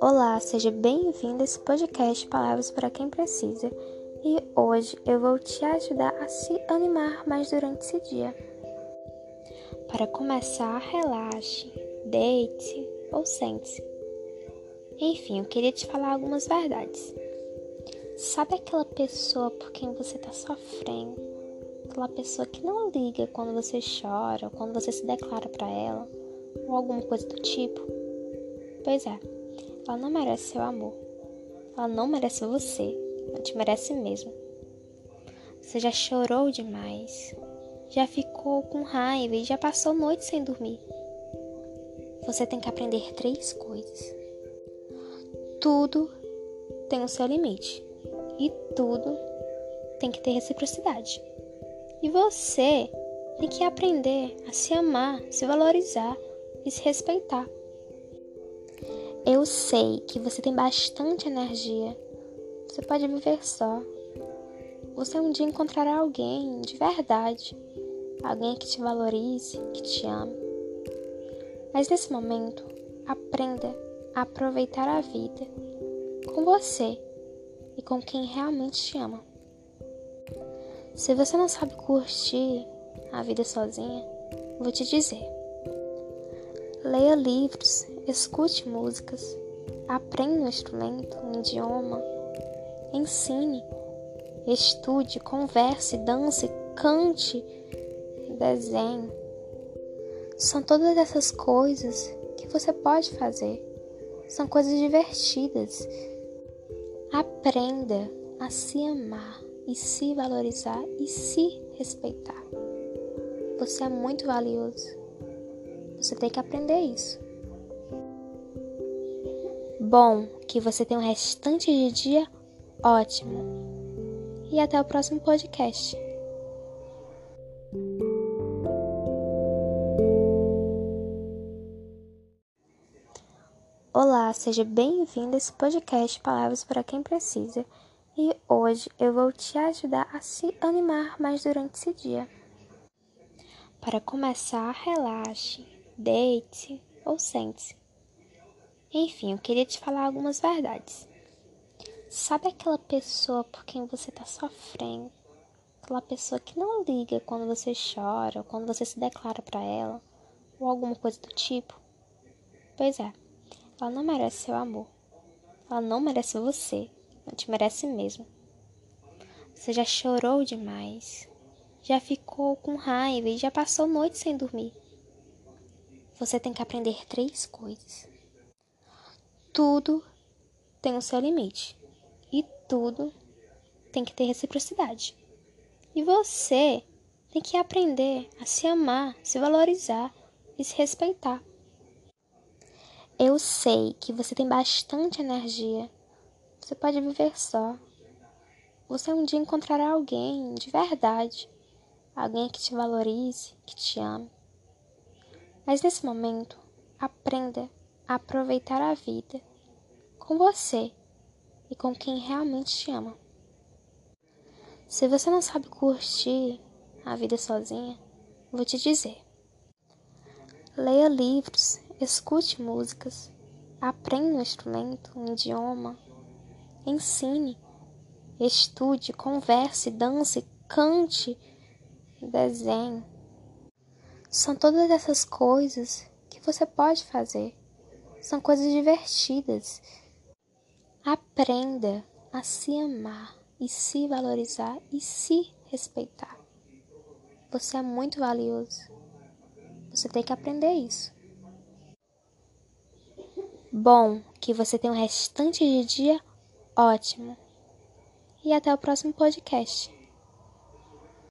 Olá, seja bem-vindo a esse podcast Palavras para quem precisa. E hoje eu vou te ajudar a se animar mais durante esse dia. Para começar, relaxe, deite-se ou sente-se. Enfim, eu queria te falar algumas verdades. Sabe aquela pessoa por quem você está sofrendo? Aquela pessoa que não liga quando você chora ou quando você se declara para ela? Ou alguma coisa do tipo? Pois é. Ela não merece seu amor. Ela não merece você. Não te merece mesmo. Você já chorou demais. Já ficou com raiva e já passou noite sem dormir. Você tem que aprender 3 coisas. Tudo tem o seu limite. E tudo tem que ter reciprocidade. E você tem que aprender a se amar, se valorizar e se respeitar. Eu sei que você tem bastante energia. Você pode viver só. Você um dia encontrará alguém de verdade. Alguém que te valorize, que te ame. Mas nesse momento, aprenda a aproveitar a vida com você e com quem realmente te ama. Se você não sabe curtir a vida sozinha, vou te dizer. Leia livros, escute músicas, aprenda um instrumento, um idioma, ensine, estude, converse, dance, cante, desenhe. São todas essas coisas que você pode fazer. São coisas divertidas. Aprenda a se amar e se valorizar e se respeitar. Você é muito valioso. Você tem que aprender isso. Bom, que você tenha um restante de dia ótimo. E até o próximo podcast. Olá, seja bem-vindo a esse podcast Palavras para quem precisa. E hoje eu vou te ajudar a se animar mais durante esse dia. Para começar, relaxe, deite-se ou sente-se. Enfim, eu queria te falar algumas verdades. Sabe aquela pessoa por quem você está sofrendo? Aquela pessoa que não liga quando você chora ou quando você se declara para ela? Ou alguma coisa do tipo? Pois é, ela não merece seu amor. Ela não merece você. Não te merece mesmo. Você já chorou demais. Já ficou com raiva e já passou noite sem dormir. Você tem que aprender 3 coisas. Tudo tem o seu limite. E tudo tem que ter reciprocidade. E você tem que aprender a se amar, se valorizar e se respeitar. Eu sei que você tem bastante energia. Você pode viver só. Você um dia encontrará alguém de verdade. Alguém que te valorize, que te ame. Mas nesse momento, aprenda a aproveitar a vida com você e com quem realmente te ama. Se você não sabe curtir a vida sozinha, vou te dizer. Leia livros, escute músicas, aprenda um instrumento, um idioma, ensine, estude, converse, dance, cante, desenhe. São todas essas coisas que você pode fazer. São coisas divertidas. Aprenda a se amar e se valorizar e se respeitar. Você é muito valioso. Você tem que aprender isso. Bom, que você tenha um restante de dia ótimo. E até o próximo podcast.